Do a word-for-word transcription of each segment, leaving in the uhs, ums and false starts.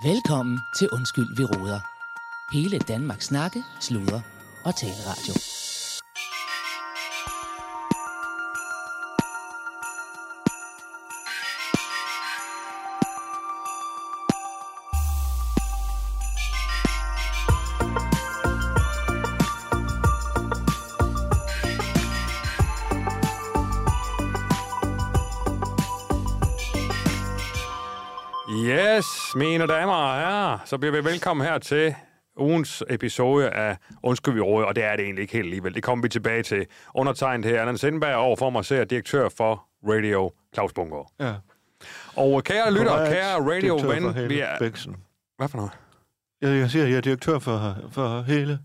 Velkommen til Undskyld, vi råder. Hele Danmarks snakke, sludre og taleradio. Yes, mine damer og herrer, så bliver vi velkommen her til ugens episode af Undskyld, vi råder, og det er det egentlig ikke helt alligevel. Det kommer vi tilbage til. Undertegnet her, Allan Sindberg, overfor mig ser direktør for Radio, Claus Bungård. Ja. Og kære lytter, kære radio-ven, vi er... Bæksen. Hvad for noget? Jeg, jeg siger, jeg er direktør for, for hele...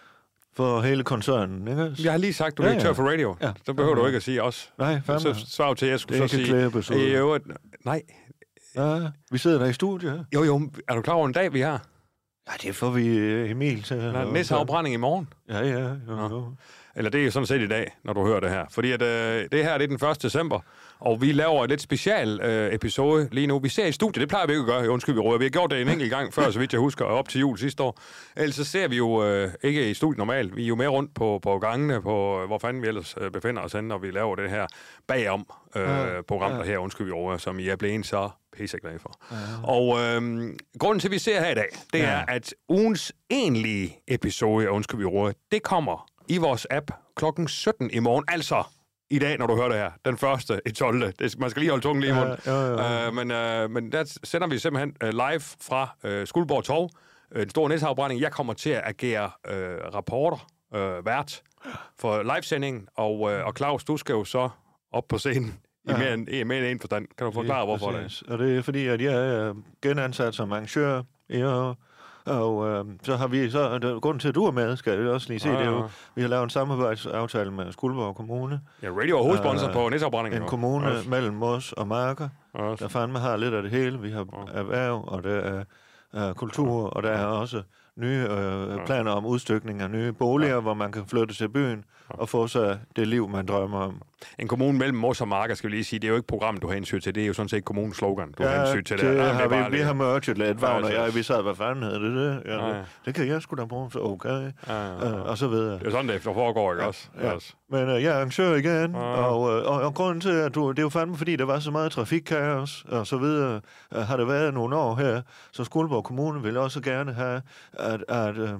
For hele koncernen, ikke? Jeg har lige sagt, du er direktør ja, ja. for radio. Ja. Så behøver ja. du ikke at sige os. Nej, fandme. Så svar til, at jeg skulle det så sige... Klæbes, I øvrigt... Nej. Ja, vi sidder der i studiet her. Jo, jo. Er du klar over en dag, vi har? Ja, det får vi Emil til. Der er næste afbrænding i morgen. Ja, ja. Jo, jo. Eller det er jo sådan set i dag, når du hører det her. Fordi at, øh, det her det er den første december, og vi laver et lidt special øh, episode lige nu. Vi ser i studiet, det plejer vi ikke at gøre, undskyld vi råder. Vi har gjort det en enkelt gang før, så vidt jeg husker, op til jul sidste år. Ellers så ser vi jo øh, ikke i studiet normalt. Vi er jo med rundt på, på gangene, på hvor fanden vi ellers øh, befinder os henne, når vi laver det her bagom øh, ja, program, der ja. her, undskyld vi råder, som I er blevet så pisseglade for. Ja. Og øh, grunden til, at vi ser her i dag, det ja. er, at ugens egentlige episode af Undskyld vi råder, det kommer i vores app klokken sytten i morgen, altså i dag, når du hører det her, den første i tolvte Det, man skal lige holde tungen lige i munden. Ja, ja, ja. Uh, men, uh, men der sender vi simpelthen uh, live fra uh, Skuldborg Torv, uh, en stor næsafbrænding. Jeg kommer til at agere uh, rapporter, uh, vært for livesendingen, og, uh, og Claus, du skal jo så op på scenen i ja. mere end, i mere end en forstand. Kan du forklare, hvorfor det er? Og det er fordi, at jeg er genansat som arrangør i år. Og øh, så har vi så der, grunden til at du er med, skal jeg også lige se, ja, ja. det er jo, vi har lavet en samarbejdsaftale med Skuldborg Kommune. Ja, radio er hovedsponsor uh, på næsafbrændingen. En kommune også mellem Mos og Marker, også der fandme har lidt af det hele. Vi har ja. erhverv, og der er uh, kultur, og der er også nye øh, planer om udstykning af nye boliger, ja. hvor man kan flytte til byen og få sig det liv, man drømmer om. En kommune mellem Mos og Marker, skal vi lige sige, det er jo ikke programmet, du har hensyn til, det er jo sådan set kommunens slogan, du ja, har hensyn til. Det, det, ja, det har vi, vi har merget lidt, Vagn og jeg, vi sad, hvad fanden hedder det det? Ja, ja, ja. Det kan jeg sgu da bruge, så okay, ja, ja, ja. Uh, og så videre. Det er sådan, det foregår, ikke ja, også? Ja. Yes. Men uh, jeg er arrangør igen, ja. og, uh, og, og grunden til, at du, det er jo fandme, fordi der var så meget trafikkaos, og så videre, uh, har det været nogle år her, så Skuldborg Kommune vil også gerne have, at, at uh,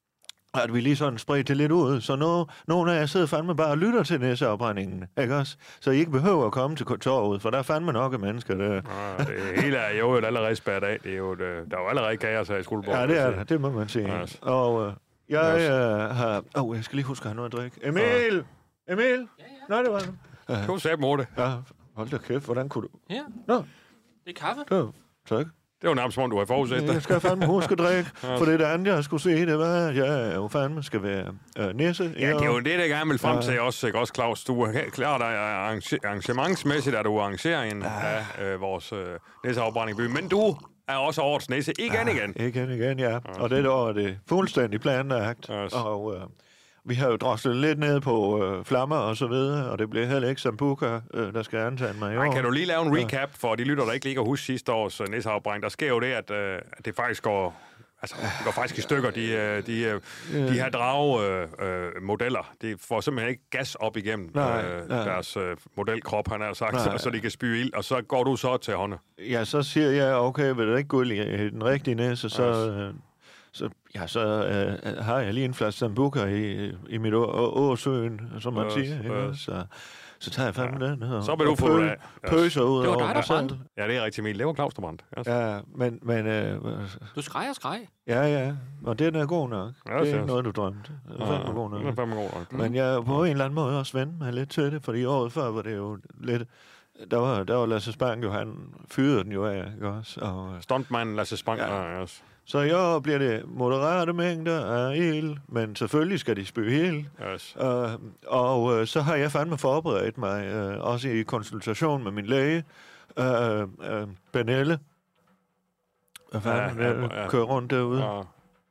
at vi lige sådan spredte det lidt ud, så no, nogle af jer sidder fandme bare og lytter til næseafbrændingen, ikke også? Så I ikke behøver at komme til torvet, for der er fandme nok af mennesker der. Ja, det hele er jo allerede spærret af. Det er jo, det, der er jo allerede kaos her i Skuldborg. Ja, det er det. Det må man sige. Ja. Og uh, jeg uh, har... Åh, oh, jeg skal lige huske at have noget at drikke. Emil! Ja. Emil! Ja, ja. Nå, det var det. Uh, du sagde mod det. Ja, hold da kæft. Hvordan kunne du... Ja. Nå. Det er kaffe. Ja, tak. Det var nærmest, som om du har forudset det. Jeg skal fandme huske at drikke, for det andet, jeg skulle se, det var, at jeg jo fandme skal være øh, næse. Ja, det er jo det, der gerne vil frem til ja. også, ikke også, Claus? Du er klar, der arrangementsmæssigt, at du arrangerer en ja. af øh, vores øh, næseafbrænding by, men du er også årets næse igen ja, igen. Igen, igen, ja. ja. Og det år er det fuldstændig planlagt. Yes. Og øh, vi har jo droslet lidt ned på øh, flammer og så videre, og det bliver heller ikke Sambuca, øh, der skal antage mig i år. Ej, kan du lige lave en recap for de lytter, der ikke lige kan huske sidste års øh, næseafbrænding? Der sker jo det, at, øh, at det faktisk går... Altså, det går faktisk i stykker. De, de, de, de her dragemodeller, øh, de får simpelthen ikke gas op igennem nej, øh, nej. deres øh, modelkrop, han har sagt, så, så de kan spyge ild, og så går du så til hånden. Ja, så siger jeg, okay, vil det ikke gå i den rigtige næse, så... Øh, Så, ja, så øh, har jeg lige en flaske Sambuca i, i mit Åsøen, som man yes, siger. Yes. Så, så tager jeg fandme ja. den her. Så vil du få det af. Pøser ud over mig selv. Ja, det er rigtig Emil. Det var Claus, der brændte. Yes. Ja, men... men øh, du skrejer og skrejer. Ja, ja. Og den er god nok. Ja, det er ikke noget, du drømte. Det er fandme god nok. Det er fandme god nok. Men jeg er på en eller anden måde også vendt mig lidt til det, fordi året før var det jo lidt... Der var, der var Lasse Spang jo, han fyrede den jo af, ikke også? Og, stuntmanden Lasse Spang, ja. ja også. Så i år bliver det moderate mængder af ild, men selvfølgelig skal de spøge ild. Yes. Uh, og uh, så har jeg fandme forberedt mig, uh, også i konsultation med min læge, uh, uh, Benelle. Hvad fanden, ja, ja, ja. kører rundt derude. Ja.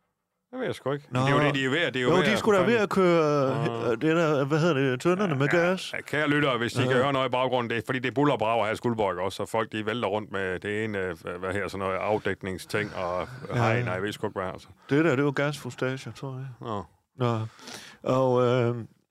Det ved jeg sgu ikke. Nå. Det er jo det, de er ved. Det er jo, Jo, ved de at- skulle da ved at køre Nå. øh, det der, hvad hedder det, tønderne med gas. Ja, kære lyttere, hvis I Ja. kan høre noget i baggrunden, det er, fordi det er buller og brager her i Skuldborg også, og folk de vælter rundt med det ene, øh, hvad her, sådan noget afdækningsting, og hej, nej, jeg ved sgu ikke, hvad altså. Det der, det var gasfustage, tror jeg. Nå. Nå. Og øh,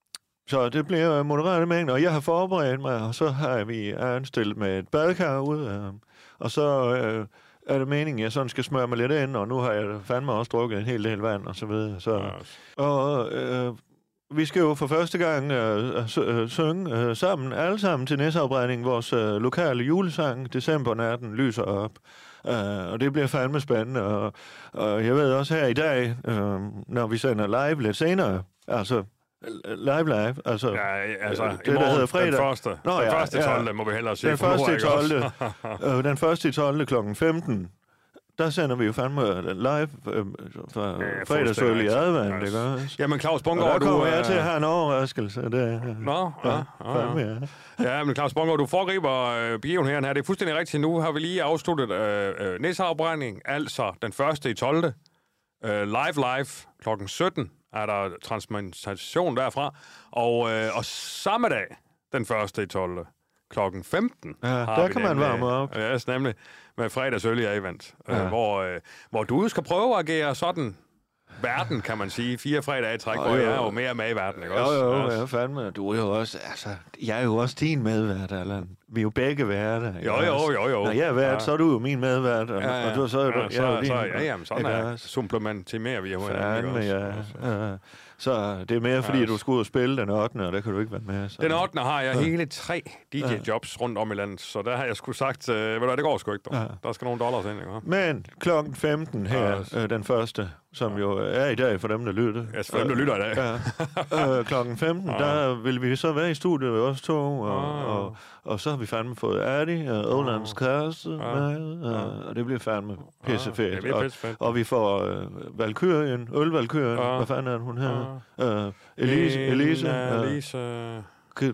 så det bliver moderate mængder, og jeg har forberedt mig, og så har vi anstillet med et badekar ud, øh, og så øh, er det meningen, at jeg sådan skal smøre mig lidt ind, og nu har jeg fandme også drukket en hel del vand, og så videre. Så, Ja. og øh, vi skal jo for første gang øh, s- øh, synge øh, sammen, alle sammen til næsafbrænding, vores øh, lokale julesang, Decembernatten lyser op. Uh, og det bliver fandme spændende, og, og jeg ved også her i dag, øh, når vi sender live lidt senere, altså live live, altså, Ja, altså, øh, det, det, i morgen, der hedder fredag. den første, Nå, den ja, første ja. tolvte må vi hellere se. Den for nu første er i jeg også- tolvte øh, den første i tolvte klokken femten, der sender vi jo fandme live øh, fra Ja, fredagsøl i fuldstændig advent, rigtigt. ikke også? Jamen, Claus Og Bungård, der du... kommer jeg øh, til at have en overraskelse. Det, Nå, ja, ja, ja, fandme, ja. Ja, men Claus Bungård, du foregriber øh, begivenheden her. Det er fuldstændig rigtigt. Nu har vi lige afsluttet øh, øh, næseafbrænding, altså den første i tolvte Øh, live live klokken sytten er der transplantation derfra. Og, øh, og samme dag, den første i tolvte klokken femten Ja, har der vi kan man nemlig- varme op. Ja, yes, nemlig med fredagsøl i event, Ja. øh, hvor, øh, hvor du skal prøve at agere sådan verden, kan man sige. Fire fredage i træk, Jo, hvor jo. jeg er jo mere med i verden, ikke Jo, også? jo, Yes. ja, fandme. Du er jo også, altså, jeg er jo også din medvært, Allan. Vi er jo begge værter. ikke Jo, jo, også? jo, jo. Når jeg er vært, Ja. så er du jo min medvært, og, Ja, ja. og du, så er du, ja, jeg så, er jo din. så, ja, jamen, sådan ikke er også? supplementimerer vi jo hinanden, Fandme, ikke ja. også? ja. Så det er mere, fordi Ja. du skulle ud og spille den ottende, og der kan du ikke være med. Så. Den ottende har jeg Ja. hele tre D J-jobs rundt om i landet, så der har jeg sgu sagt, øh, ved du hvad, det går sgu ikke, dog. Ja. Der skal nogle dollars ind, ikke? Men klokken femten her, Ja. øh, den første, som jo er i dag for dem, der lytter. Ja, for dem, der lytter i dag. Ja. Øh, klokken femten, Ja. der vil vi så være i studiet, os to, og, Ah. og, og så har vi fandme fået Adi og Ålands kæreste Ja. med, og, og det bliver fandme pissefedt. Ja, det bliver Og- pissefedt. Og vi får øh, Valkyrien, Ølvalkyrien, Ja. hvad fanden er det, hun hedder? Øh, Elise. Elise. Elise. Ja, øh, Elise. Kan-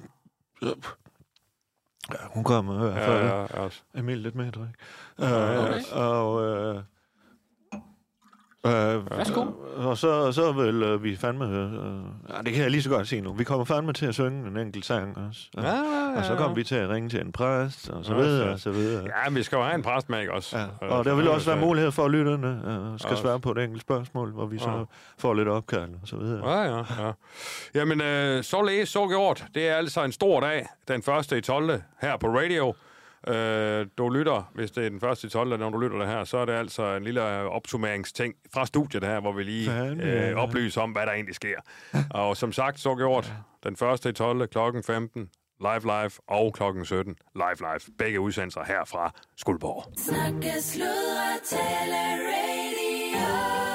Ja, hun kommer i hvert Ja, fald. ja, ja, også. Emil lidt mere drik. Okay. Øh, og, øh, øh, Værsgo. og så, så vil øh, vi fandme... Øh, ja, det kan jeg lige så godt sige nu. Vi kommer fandme til at synge en enkelt sang også. Ja, ja, ja. Og så kommer vi til at ringe til en præst, og så Ja, videre, fedt. og så videre. Ja, men vi skal jo have en præst med, ikke også? Ja, Øh, og der vil så- også være mulighed for, at lytterne øh, skal Også. svare på et enkelt spørgsmål, hvor vi så Ja. får lidt opkald og så videre. Ja, ja, ja. Jamen, øh, så læs, så gjort. Det er altså en stor dag, den første i tolvte her på radio. Øh, du lytter, hvis det er den første i tolvte, når du lytter det her, så er det altså en lille opsummeringsting fra studiet her, hvor vi lige Fandme, øh, ja. oplyser om, hvad der egentlig sker. Og som sagt, så gjort, den første i tolvte klokken femten, live live, og klokken sytten, live live. Begge udsendelser her fra Skuldborg. Snakke, sludre, tale, radio.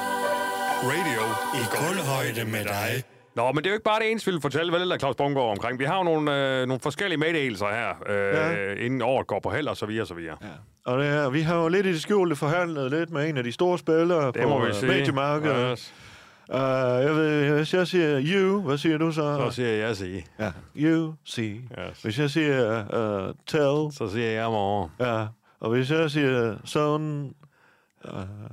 Radio i kulhøjde med dig. Nå, men det er jo ikke bare det eneste, vi vil fortælle, vel, eller Claus Bungård omkring. Vi har jo nogle, øh, nogle forskellige meddelelser her, øh, Ja. inden året går på held, og så videre, og så videre. Ja. Og det er, vi har jo lidt i det skjulte forhandlet lidt med en af de store spillere Det på må vi øh, sige. mediemarkedet. Yes. Uh, jeg ved, hvis jeg siger you, hvad siger du så? Så siger jeg sige. Ja, you see. Yes. Hvis jeg siger uh, tell, Så siger jeg morgen. ja. Og hvis jeg siger son, uh,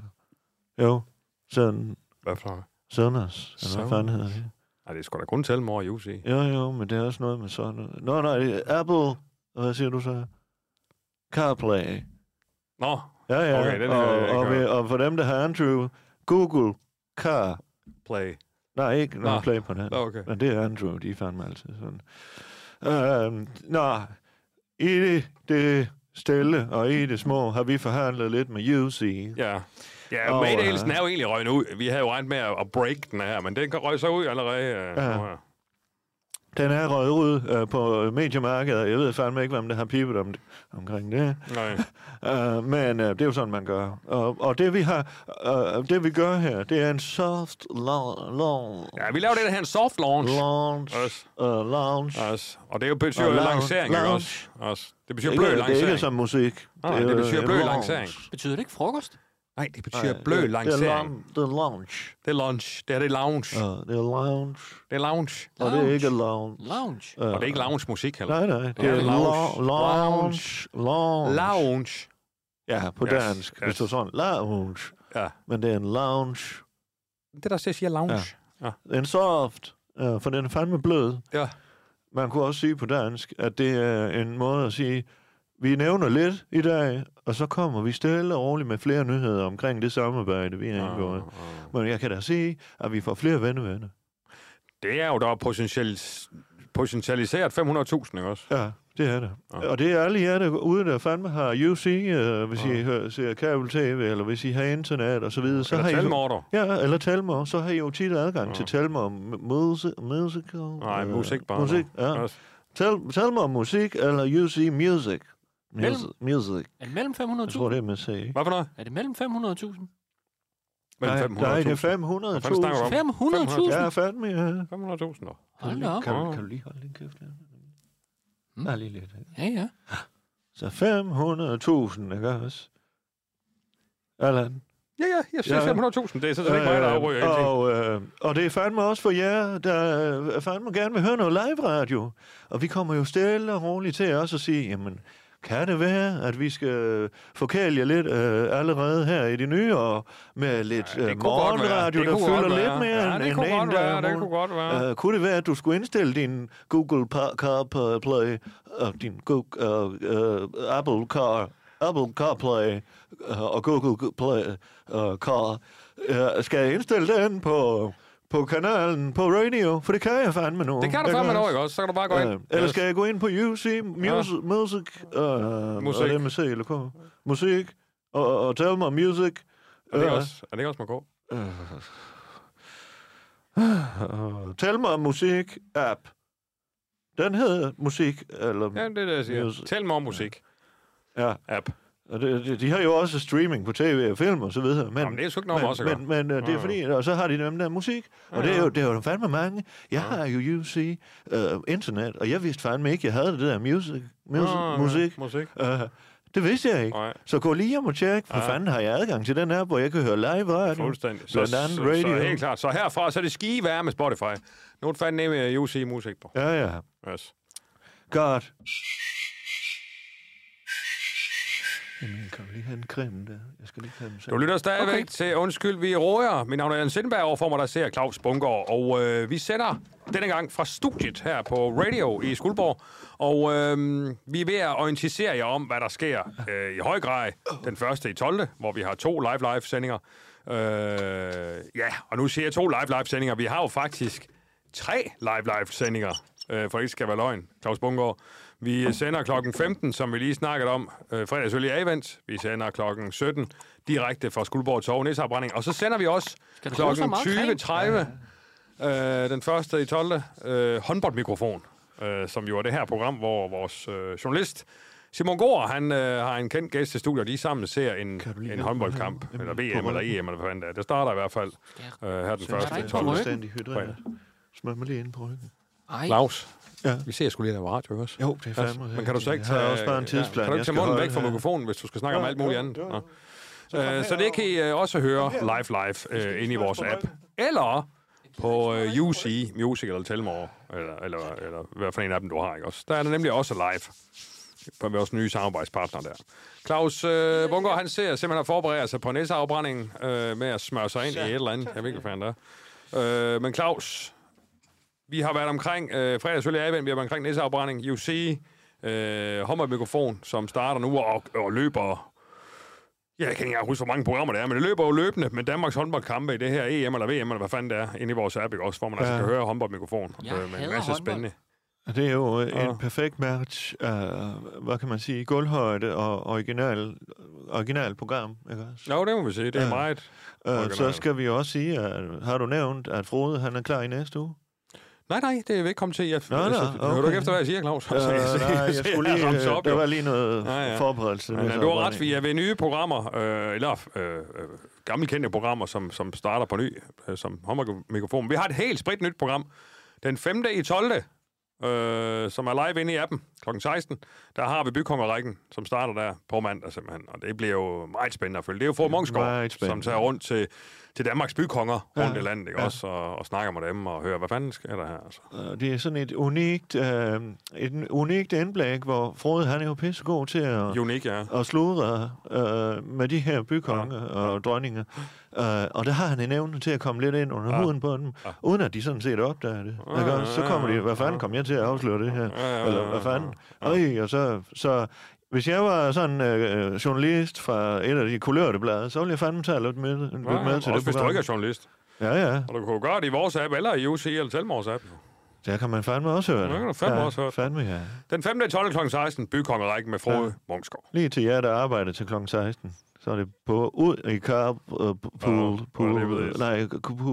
jo, son, Hvad for noget? Sonos, eller hvad fanden hedder det? Nej, det er sgu da kun tælle mor, you sige. Jo, jo, men det er også noget med sådan. Nå, nej, det er Apple, hvad siger du så? CarPlay. Nå, Ja, ja, Okay, den har jeg og, ikke og, hørt. ved, og for dem, der har Andrew, Google Car. play. Nej, ikke noget Nå. play på den. Nå, okay. Men det er Andrew, de er fandme altid sådan. Uh, nå, i det, det stille og i det små har vi forhandlet lidt med U C. Ja. Ja, Og, meddelelsen øh, er jo egentlig røgnet ud. Vi havde jo regnet med at at break den her, men den kan røge sig ud allerede. Øh, Ja. nu her. Den er røget ud uh, på mediemarkedet. Jeg ved fandme ikke, hvem der har pipet om det, omkring det. Nej. Uh, men uh, det er jo sådan, man gør. Og, og det, vi har, uh, det, vi gør her, det er en soft la- launch. Ja, vi laver det, der her en soft launch. Launch. Også. Uh, launch. Også. Og det er jo betyder Og jo lounge. lancering, ikke Lounge. også? også? Det betyder Det er blød ikke, det er ikke lancering. som musik. Nej, er det betyder en blød launch. lancering. Betyder det ikke frokost? Nej, det betyder Nej, blød det- lancering. Det er, laun- det er launch. Det er launch. Det er det lounge. Uh, det er lounge. Det er lounge. Og det er ikke lounge. Lounge. Uh, Og det er ikke lounge musik heller. Nej, nej. Det Det er er lounge. lounge. Lounge. Lounge. Lounge. Ja, på Yes, dansk. yes. Hvis du sådan, lounge. Ja. Men det er en lounge. Det der siger lounge. Ja. Ja. En soft, uh, for den er fandme blød. Ja. Man kunne også sige på dansk, at det er en måde at sige, vi nævner lidt i dag, og så kommer vi stille og roligt med flere nyheder omkring det samarbejde, vi har indgået. Uh, uh. Men jeg kan da sige, at vi får flere venner-venner. Det er jo der potentialis- potentialiseret fem hundrede tusind, ikke også? Ja, det er det. Uh. Og det er alle jer, der ude, der fandme har U C, øh, hvis uh. I hører, ser kabel-tv, eller hvis I har internet og så videre. Så eller har Telmor, I, ja, eller Telmor. Så har I jo tit adgang uh. til Telmor Music. Nej, uh, musik bare. Musik, ja. Tel, Telmor Musik, eller U C Music. Mellem, music. Er det mellem fem hundrede tusind? Jeg tror, det er med C. Hvad for noget? Er det mellem fem hundrede tusind? Mellem fem hundrede tusind? Nej, det er fem hundrede tusind. fem hundrede tusind? Ja, fandme, ja. fem hundrede tusind, dog. Hold da op. Kan, kan, kan du lige holde din kæft? Hmm. Ja, lige lidt. Ja, ja. Så fem hundrede tusind, ikke også? Allan? Ja, ja, jeg siger ja. fem hundrede tusind. Det er så ikke mig, der afryger. Og, øh, og det er fandme også for jer, der fandme gerne vil høre noget live-radio. Og vi kommer jo stille og roligt til også at sige, jamen, kan det være, at vi skal forkæle jer lidt øh, allerede her i det nye år med lidt ja, øh, morgenradio, der fylder lidt mere ja, end det en kunne godt være, der. Det kunne godt være. Uh, kunne det være, at du skulle indstille din Google CarPlay og uh, din Google, uh, uh, Apple Car Apple CarPlay uh, og Google Play uh, Car uh, skal jeg indstille den på på kanalen på radio, for det kan jeg fandme nu. Det kan du fandme nu, ikke også? Så kan du bare gå ind. Uh, eller skal jeg gå ind på U C Music, ja. music, uh, musik, og det med C eller K, musik og, og tell mig music. Er det, uh, også, er det også med K? Uh, uh, tell mig musik app. Den hedder musik eller. Ja, det er det jeg siger. Music. Tell mig musik. Ja. App. Og det, de, de har jo også streaming på tv og film og så videre. Men, Jamen, det er sgu ikke noget men, også at men, men uh, det er fordi, og så har de dem der musik. Og ja, ja. det er jo, det er jo fandme mange. Jeg ja. har jo U C uh, internet, og jeg vidste fandme ikke, jeg havde det der music, music, ja, musik. musik. Uh, det vidste jeg ikke. Nej. Så gå lige hjem og tjek, for ja. fanden har jeg adgang til den her, hvor jeg kan høre live radio. Fuldstændig. Blandt så, andet så, radio. så helt klart. Så herfra, så er det skiværre med Spotify. Nu er det fandme med U C musik på. Ja, ja. Yes. Godt. Jamen, kan du lige have en creme der? Jeg skal lige have den selv. Du lytter stadigvæk okay. til Undskyld, vi råder. Mit navn er Jan Sindberg, overfor mig der ser Claus Bundgaard. Og øh, vi sender denne gang fra studiet her på Radio i Skuldborg. Og øh, vi er ved at orientere jer om, hvad der sker øh, i høj grad den første i tolvte hvor vi har to live-live-sendinger. Øh, ja, og nu siger jeg to live-live-sendinger. Vi har jo faktisk tre live-live-sendinger, øh, for det ikke skal være løgn, Claus Bundgaard. Vi sender klokken femten, som vi lige snakkede om, øh, fredagsøl i Avent. Vi sender klokken sytten direkte fra Skuldborg Torv, næseafbrænding. Og så sender vi også klokken tyve tredive, øh, den første i tolvte øh, håndboldmikrofon, øh, som jo er det her program, hvor vores øh, journalist Simon Gård, han øh, har en kendt gæst til studiet, og de sammen ser en, en håndboldkamp, eller V M eller E M, eller hvad fanden det er. Det starter i hvert fald øh, her den første i tolvte Smør mig lige ind på ryggen. Klaus, ja. Vi ser sgu lige lave radio også. Jo, det er fandme. Men kan du så ikke tage... Jeg har også bare en tidsplan. Ja, kan du ikke tage munden væk fra mikrofonen, hvis du skal snakke ja, om alt muligt andet? Ja. Så, uh, så det kan I uh, også høre live live uh, inde i vores app. Eller på uh, U C Music eller Telmor, eller, eller, eller hvad for en af dem du har, ikke også? Der er det nemlig også live på vores nye samarbejdspartner der. Claus uh, Bundgaard, han ser simpelthen at forberede sig på næseafbrænding uh, med at smøre sig ind i et eller andet. Jeg ved ikke, hvad fanden det er. Uh, men Claus, vi har været omkring øh, fredagsøl i Advent, vi har været omkring næseafbrænding, U C, øh, håndboldmikrofon, som starter nu og, og løber... Ja, jeg kan ikke engang huske, hvor mange programmer det er, men det løber jo løbende med Danmarks håndboldkampe i det her E M eller V M, eller hvad fanden det er, inde i vores app, også, hvor man ja. altså kan høre håndboldmikrofon øh, med en masse håndbold. Spændende. Det er jo en ja. perfekt match af, hvad kan man sige, gulvhøjde og original, original program, ikke også? Jo, det må vi sige. Det er ja. meget øh, Så skal vi også sige, at har du nævnt, at Frode, han er klar i næste uge? Nej, nej, det er vi ikke kommet til. Jeg, nå, nå, okay. Hører du ikke efter, hvad jeg siger, Claus? Øh, nej, jeg skulle lige... Op, der var lige noget ja, ja. forberedelse. Ja, ja, du har ret, vi er ved nye programmer, øh, eller øh, gammelkendte programmer, som, som starter på ny, øh, som håndboldmikrofon. Vi har et helt sprit nyt program. Den femte i tolvte, øh, som er live inde i appen, klokken seksten, der har vi bykongerrækken, som starter der på mandag simpelthen. Og det bliver jo meget spændende at følge. Det er jo Frode Munksgaard, som tager rundt til, til Danmarks bykonger rundt ja, i landet, ikke? Ja. Også, og, og snakker med dem og hører, hvad fanden sker der her? Altså. Det er sådan et unikt, øh, et unikt indblik, hvor Frode, han er jo pissegod til at, Unik, ja. at sludre øh, med de her bykonger ja, ja. og dronninger. Uh, og der har han en evne til at komme lidt ind under ja. huden på dem, ja. uden at de sådan set opdager det. Ja, ja, ja, så kommer de, hvad fanden kom jeg til at afsløre det her? Ja, ja, eller hvad fanden? Ja, ja. Øj, og så, så hvis jeg var sådan øh, journalist fra et af de kulørte blade, så ville jeg fandme tage lidt med, lidt ja, med til også det hvis program. Du ikke er journalist. Ja, ja. Og du kunne gøre det i vores app, eller i U C eller Telmors app. Der kan man fandme også høre det. Ja, kan du fandme ja, også høre det. Fandme, ja. Den femte tolvte klokken seksten, bykongerrækken med Frode ja. Munksgaard. Lige til jer, der arbejder til klokken seksten. Så er det på ud i carb, uh, pool, pool, nej,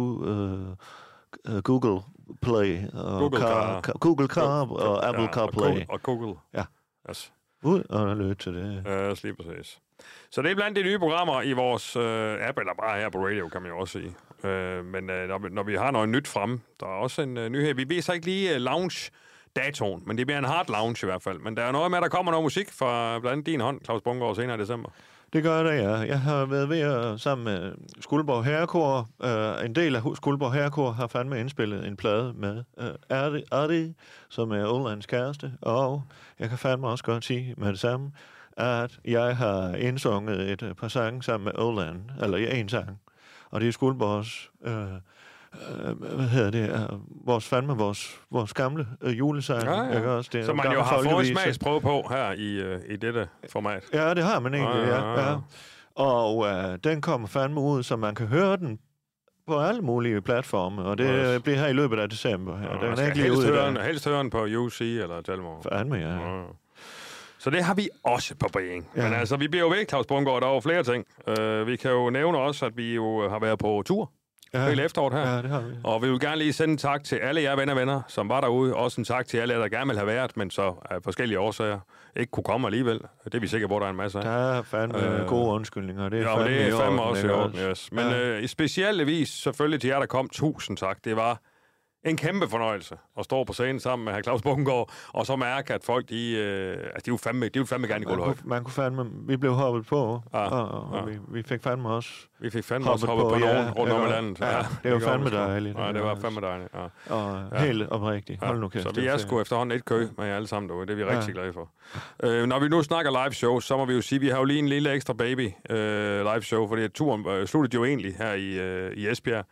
Google Play, og Google Car, Car, Google Carb og, og Apple ja, CarPlay. Og Google. Ja. Yes. Ud og lytte til det. Ja, yes, lige præcis. Så det er blandt de nye programmer i vores øh, app, eller bare her på radio, kan man jo også sige. Øh, men øh, når, vi, når vi har noget nyt frem, der er også en øh, nyhed. Vi ved så ikke lige uh, lounge-datoen, men det bliver en hard lounge i hvert fald. Men der er noget med, at der kommer noget musik fra blandt andet din hånd, Claus Bungård, senere i december. Det gør det, ja. Jeg har været ved at, sammen med Skuldborg Herrekor, øh, en del af Skuldborg Herrekor har fandme indspillet en plade med øh, Ardi, Ardi, som er Ålands kæreste, og jeg kan fandme også godt sige med det samme, at jeg har indsunget et par sange sammen med Åland, eller ja, en sang, og det er Skuldborgs, øh, øh, hvad hedder det, øh, vores fandme, vores, vores gamle øh, julesang. Ja, ja. Ikke også? Det som man jo har fået smagsprøve på her i, øh, i dette format. Ja, det har man egentlig, ja. ja, ja. Og øh, den kommer fandme ud, så man kan høre den på alle mulige platforme, og det yes. bliver her i løbet af december. Her. Ja, den er ikke lige helst, høre den, helst høre den på U C eller Telmor. Fandme, ja. ja. Så det har vi også på bringen. Ja. Men altså, vi bliver jo ved, Claus Bungård, der er jo flere ting. Uh, vi kan jo nævne også, at vi jo har været på tur ja. hele efteråret her. Ja, det har vi. Og vi vil gerne lige sende en tak til alle jer venner venner, som var derude. Også en tak til alle jer, der gerne vil have været, men så af forskellige årsager ikke kunne komme alligevel. Det er vi sikre på, der er en masse af. Der er fandme uh, gode undskyldninger. Det er ja, fandme, det er fandme i orden, også i orden, yes. Men ja. uh, specielvis selvfølgelig til jer, der kom. Tusind tak. Det var en kæmpe fornøjelse at stå på scenen sammen med hr. Claus Bungård, og så mærke, at folk, de, øh, altså, de, vil fandme, de vil fandme gerne i Guldhøj. Man kunne fandme, vi blev hoppet på, ja, og, og ja. vi, vi fik fandme også Vi fik fandme hoppet også hoppet på, på nogen ja, rundt om i landet. Ja, ja, det var fandme dejligt. Ja, det var fandme dejligt, ja. Og ja. helt oprigtigt. Hold nu kæft. Så vi er sgu efterhånden et kø med jer alle sammen derude. Det er vi rigtig ja. glade for. Øh, når vi nu snakker live show, så må vi jo sige, at vi har jo lige en lille ekstra baby øh, live show, fordi turen øh, sluttede jo egentlig her i, øh, i Esbjerg.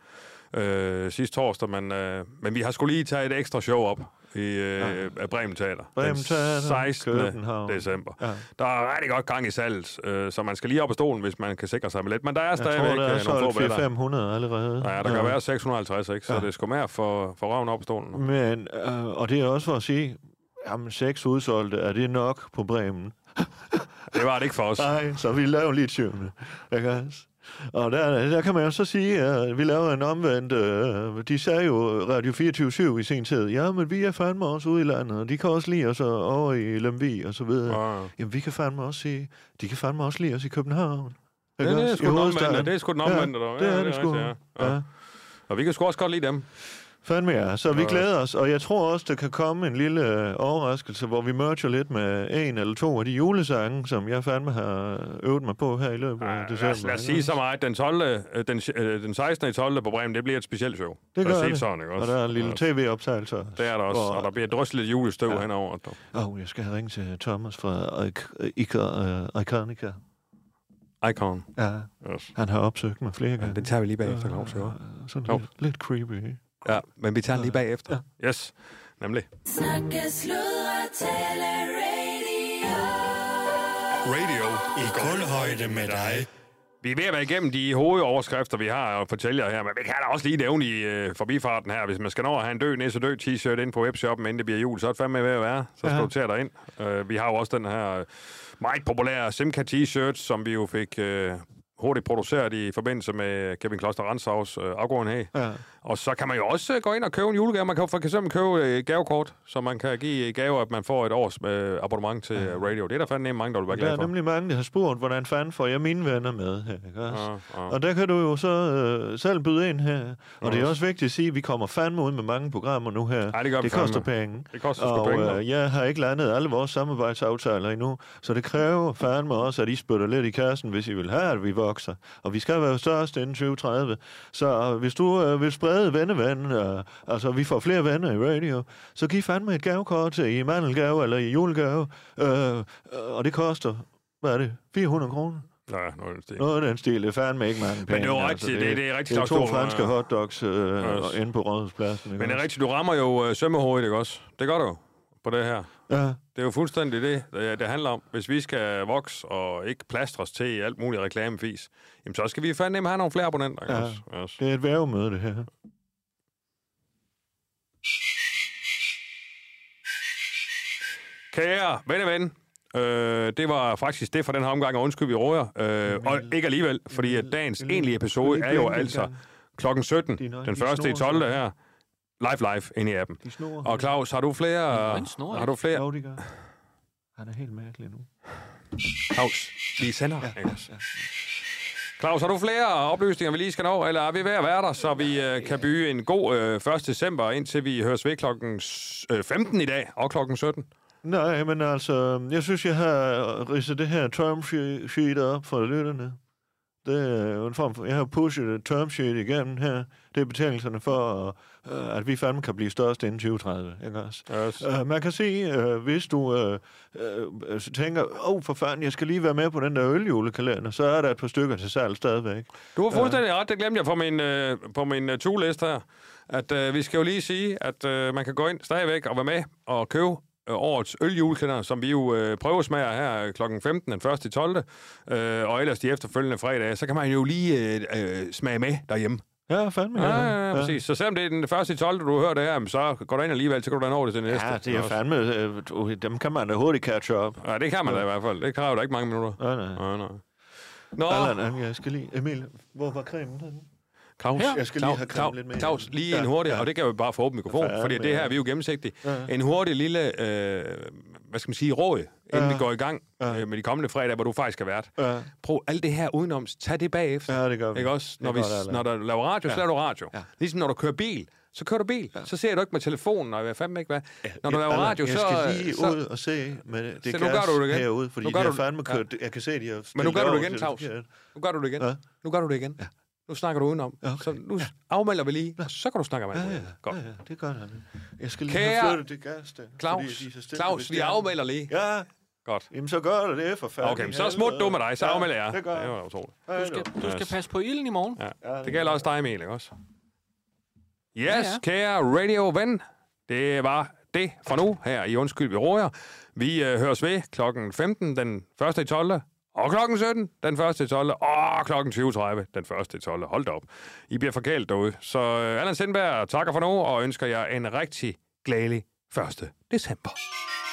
Øh, sidste torsdag, men, øh, men vi har skulle lige tage et ekstra show op i øh, ja. Bremen Teater. Bremen Teater, sekstende december. Ja. Der er rigtig godt gang i salget, øh, så man skal lige op på stolen, hvis man kan sikre sig med lidt. Men der er stadigvæk nogle få billetter. Jeg tror, der er fire fem hundrede allerede. Ja, der ja. kan være seks hundrede og halvtreds, ikke? Så ja. det skal mere for, for røven op på stolen. Men, øh, og det er også for at sige, jamen seks udsolgte, er det nok på Bremen? Det var det ikke for os. Nej, så vi laver lige et syvende. Og der, der kan man jo så sige, at vi laver en omvendt... Øh, de sagde jo Radio fireogtyve syv i sin tid, ja, men vi er fandme også ude i landet, og de kan også lide os over i Lemvig og så videre. Ja. Jamen, vi kan fandme også sige, de kan fandme også lide os i København. Ja, det er sgu den omvendte, det er sgu den omvendte, ja, dog. det er ja, det sgu. Ja. Ja. Og vi kan sgu også godt lide dem. Fandme ja, så vi glæder os, og jeg tror også, der kan komme en lille overraskelse, hvor vi merger lidt med en eller to af de julesange, som jeg fandme har øvet mig på her i løbet af december. Lad os, lad os sige så meget, den, tolvte, den, den sekstende tolvte på Bremen, det bliver et specielt show. Det gør det, sådan, ikke? Og der er en lille tv-optagelse. Det er der også, og, og der bliver drysset lidt julestøv ja. henover. Åh, oh, jeg skal have ringet til Thomas fra Iconica. Icon. Ja, yes. Han har opsøgt mig flere gange. Ja, det tager vi lige bagefter, Claus. Ja, sådan lidt, lidt creepy. Ja, men vi tager den lige bagefter. Ja. Yes, nemlig. Snakke, sludre, tale, radio. Radio i guldhøjde med dig. Vi er ved at være igennem de hovedoverskrifter, vi har at fortælle jer her, men vi kan da også lige nævne i øh, forbifarten her. Hvis man skal nå at have en død, næse død t-shirt ind på webshoppen, inden det bliver jul, så er det fandme ved at være. Så skal du tage dig ind. Uh, vi har jo også den her meget populære Simca t-shirt, som vi jo fik... Uh, hurtigt produceret i forbindelse med Kevin Kloster Ransavs øh, afgående her. Ja. Og så kan man jo også gå ind og købe en julegave. Man kan for eksempel købe et gavekort, så man kan give i gave, at man får et års øh, abonnement til ja. radio. Det er der fandme mange, der vil være glade Der er for. nemlig mange, der har spurgt, hvordan fanden får jeg mine venner med her, ikke også? Ja, ja. Og der kan du jo så øh, selv byde ind her. Og det er også vigtigt at sige, at vi kommer fandme ud med mange programmer nu her. Ej, det gør vi det koster fandme. penge. Det koster sgu og penge. øh, jeg har ikke landet alle vores samarbejdsaftaler endnu, så det kræver fandme også, at I spytter lidt i kassen, hvis I vil have, at vi vokser. Og vi skal være størst inden tyve tredive. Så øh, hvis du øh, vil sprede venneven, øh, altså vi får flere venner i radio, så giv fandme et gavekort i mandelgave eller i julegave. Øh, øh, og det koster, hvad er det, fire hundrede kroner? Ja, noget af den stil. Noget af den stil, det er fandme ikke mange penge. Men det er jo altså. rigtigt, det, det er rigtig Det er to stor- franske hotdogs øh, Yes. inde på Rådhuspladsen. Men det er rigtigt, du rammer jo øh, sømmehovedet, ikke også? Det gør du jo på det her. Ja. Det er jo fuldstændig det, det, det handler om. Hvis vi skal vokse og ikke plastres til i alt muligt reklamefis, jamen så skal vi fandme have nogle flere abonnenter. Ikke Ja. også? Yes. Det er et værvemøde, det her. Kære ven og ven, øh, det var faktisk det for den her omgang, og undskyld, vi råder. Øh, og ikke alligevel, fordi at dagens egentlige episode er jo altså klokken sytten, den første i tolvte her, live live inde i appen. De snor. Og Claus, har du flere... Hvordan snor Har du flere... Jo, de gør. Han er helt mærkelig nu. Claus, vi sender. Ja, ja. Claus, har du flere oplysninger, vi lige skal nå, eller er vi ved at være der, så vi øh, kan byde en god øh, første december, indtil vi høres ved klokken femten i dag, og klokken sytten? Nej, men altså, jeg synes, jeg har ridset det her term sheet op for lytterne. Det er jo en form for... Jeg har pushet et term sheet igennem her. Det er betingelserne for, uh, at vi fandme kan blive størst inden tyve tredive. Ikke også? Yes. Uh, man kan sige, uh, hvis du uh, uh, tænker, åh, oh, for fanden, jeg skal lige være med på den der øljulekalender, så er der et par stykker til salg stadigvæk. Du har fuldstændig ret, det glemte jeg på min, øh, på min uh, to-liste her, at øh, vi skal jo lige sige, at øh, man kan gå ind stadigvæk og være med og købe årets øljulekalender, som vi jo øh, prøvesmager her klokken femten, den første i tolvte Øh, og ellers de efterfølgende fredage, så kan man jo lige øh, øh, smage med derhjemme. Ja, fandme. Ja, ja, ja, præcis. Så selvom det er den første i tolvte du hører det her, så går du ind alligevel, så kan du da nå det til næste. Ja, det er fandme... Øh, du, dem kan man da hurtigt catch up. Ja, det kan man da i hvert fald. Det kræver da ikke mange minutter. Nej, nej. Nej, nej. Nå, Allan, jeg skal lige... Emil, hvor var cremen henne? Claus, Jeg skal lige have creme lidt mere. Claus, lige en Ja, hurtig, ja. og det kan vi bare få åbent mikrofon, Ja, fordi men- det her vi er jo gennemsigtige. Ja. En hurtig lille, øh, hvad skal man sige, råd, inden Ja. vi går i gang Ja. øh, med de kommende fredag, hvor du faktisk har været. Ja, Prøv alt det her udenom, tag det bagefter. ja det gør vi. Ikke også? Det Når, er vi, godt, Allan. når der laver radio, så Ja. laver du radio. Ja. Ligesom når du kører bil, så kører du bil. Så ser du ikke med telefonen, og jeg fandme ikke hvad. Når du Ja, laver Allan, radio, jeg så... skal lige så ud og se med det Se, gas nu gør du det igen. herude, fordi Nu gør de har du- fandme kørt... Jeg kan se, de har Men nu stillet gør du over det igen, til Claus. forkert. Nu gør du det igen. Ja. Nu gør du det igen. Ja. Nu snakker du udenom. Ja, okay. Så nu afmelder vi lige, og så kan du snakke om alt Ja, ja, muligt. Godt. ja, ja, det gør han. Jeg skal lige Kære have flyttet det gas der. Claus, fordi de er så stille, Claus, hvis vi det er- afmelder lige. Ja, Godt. jamen så gør du det for fanden. Okay, men så smut du med dig, så Ja, afmelder jeg. det gør Det jeg. var utroligt. Du skal, du skal passe på ilden i morgen. Ja. Det gælder også dig, Emil, ikke også? Yes, Ja, ja. kære radio-ven. Det var det for nu her i Undskyld, vi råder. Vi øh, høres ved klokken femten, den første i tolvte Og klokken sytten, den første i tolvte Og klokken tyve tredive, den første i tolvte Hold da op. I bliver forkælet derude. Så øh, Allan Sindberg takker for nu, og ønsker jer en rigtig glædelig første december.